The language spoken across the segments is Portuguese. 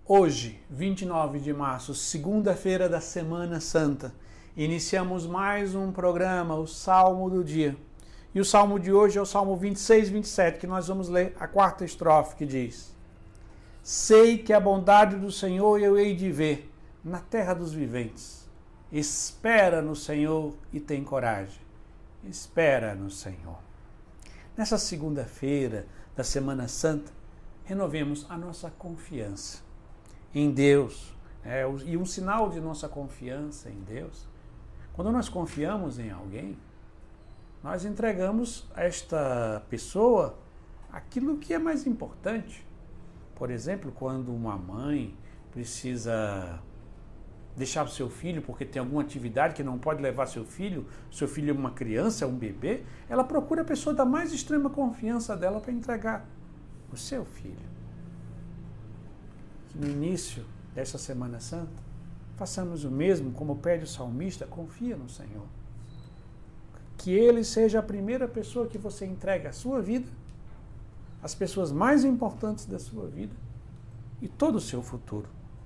Hoje, 29 de março, segunda-feira da Semana Santa, iniciamos mais um programa, o Salmo do Dia. E o Salmo de hoje é o Salmo 26, 27, que nós vamos ler a quarta estrofe, que diz: Sei que a bondade do Senhor eu hei de ver na terra dos viventes. Espera no Senhor e tem coragem. Espera no Senhor. Nessa segunda-feira da Semana Santa, renovemos a nossa confiança em Deus. E um sinal de nossa confiança em Deus, quando nós confiamos em alguém, nós entregamos a esta pessoa aquilo que é mais importante. Por exemplo, quando uma mãe precisa deixar o seu filho porque tem alguma atividade que não pode levar seu filho é uma criança, é um bebê, ela procura a pessoa da mais extrema confiança dela para entregar o seu filho. Que no início desta Semana Santa, façamos o mesmo, como pede o salmista, confia no Senhor. Que Ele seja a primeira pessoa que você entrega a sua vida, as pessoas mais importantes da sua vida e todo o seu futuro.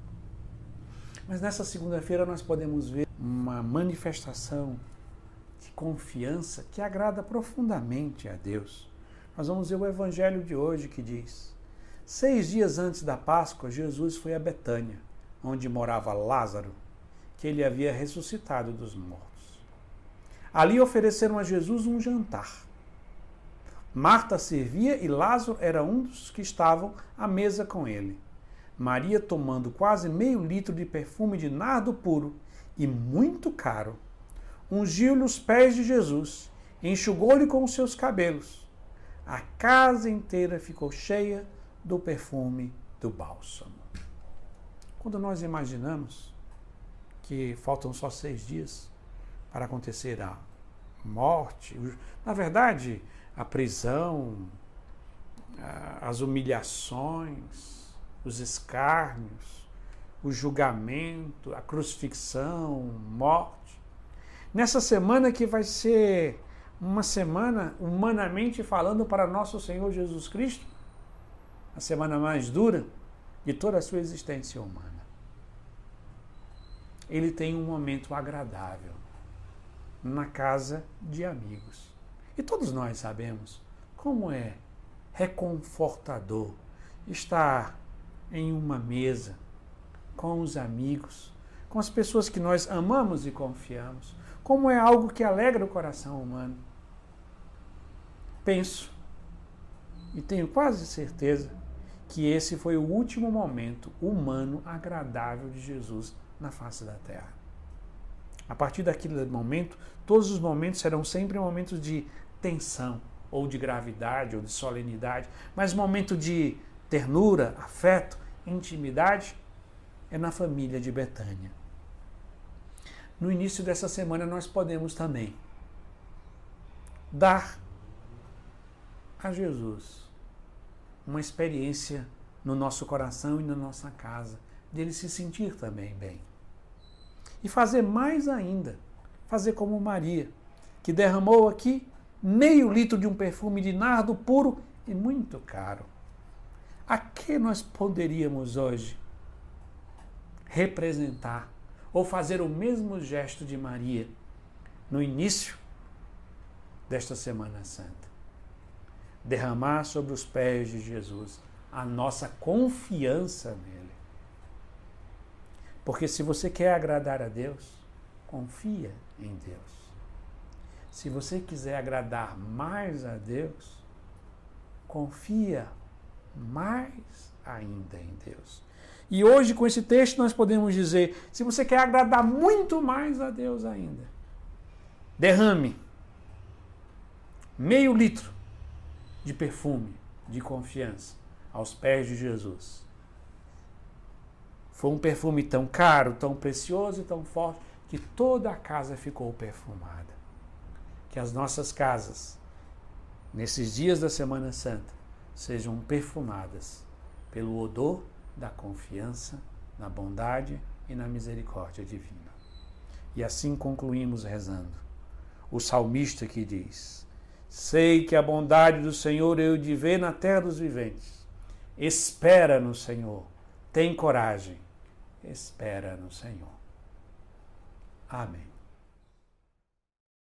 Mas nessa segunda-feira nós podemos ver uma manifestação de confiança que agrada profundamente a Deus. Nós vamos ver o Evangelho de hoje que diz: 6 dias antes da Páscoa, Jesus foi a Betânia, onde morava Lázaro, que ele havia ressuscitado dos mortos. Ali ofereceram a Jesus um jantar. Marta servia e Lázaro era um dos que estavam à mesa com ele. Maria, tomando quase meio litro de perfume de nardo puro e muito caro, ungiu-lhe os pés de Jesus, enxugou-lhe com os seus cabelos. A casa inteira ficou cheia do perfume do bálsamo. Quando nós imaginamos que faltam só 6 dias para acontecer a morte, na verdade, a prisão, as humilhações, os escárnios, o julgamento, a crucifixão, morte. Nessa semana que vai ser uma semana, humanamente falando, para nosso Senhor Jesus Cristo, a semana mais dura de toda a sua existência humana. Ele tem um momento agradável na casa de amigos. E todos nós sabemos como é reconfortador estar em uma mesa com os amigos, com as pessoas que nós amamos e confiamos, como é algo que alegra o coração humano. Penso e tenho quase certeza que esse foi o último momento humano agradável de Jesus na face da terra. A partir daquele momento, todos os momentos serão sempre momentos de tensão, ou de gravidade, ou de solenidade, mas momento de ternura, afeto, intimidade é na família de Betânia. No início dessa semana nós podemos também dar a Jesus uma experiência no nosso coração e na nossa casa, dele se sentir também bem. E fazer mais ainda, fazer como Maria, que derramou aqui meio litro de um perfume de nardo puro e muito caro. A que nós poderíamos hoje representar ou fazer o mesmo gesto de Maria no início desta Semana Santa? Derramar sobre os pés de Jesus a nossa confiança nele. Porque se você quer agradar a Deus, confia em Deus. Se você quiser agradar mais a Deus, confia mais ainda em Deus. E hoje, com esse texto, nós podemos dizer: se você quer agradar muito mais a Deus ainda, derrame meio litro de perfume de confiança aos pés de Jesus. Foi um perfume tão caro, tão precioso e tão forte que toda a casa ficou perfumada. Que as nossas casas, nesses dias da Semana Santa, sejam perfumadas pelo odor da confiança, na bondade e na misericórdia divina. E assim concluímos rezando o salmista que diz: sei que a bondade do Senhor eu de ver na terra dos viventes. Espera no Senhor, Tem coragem. Espera no Senhor. Amém.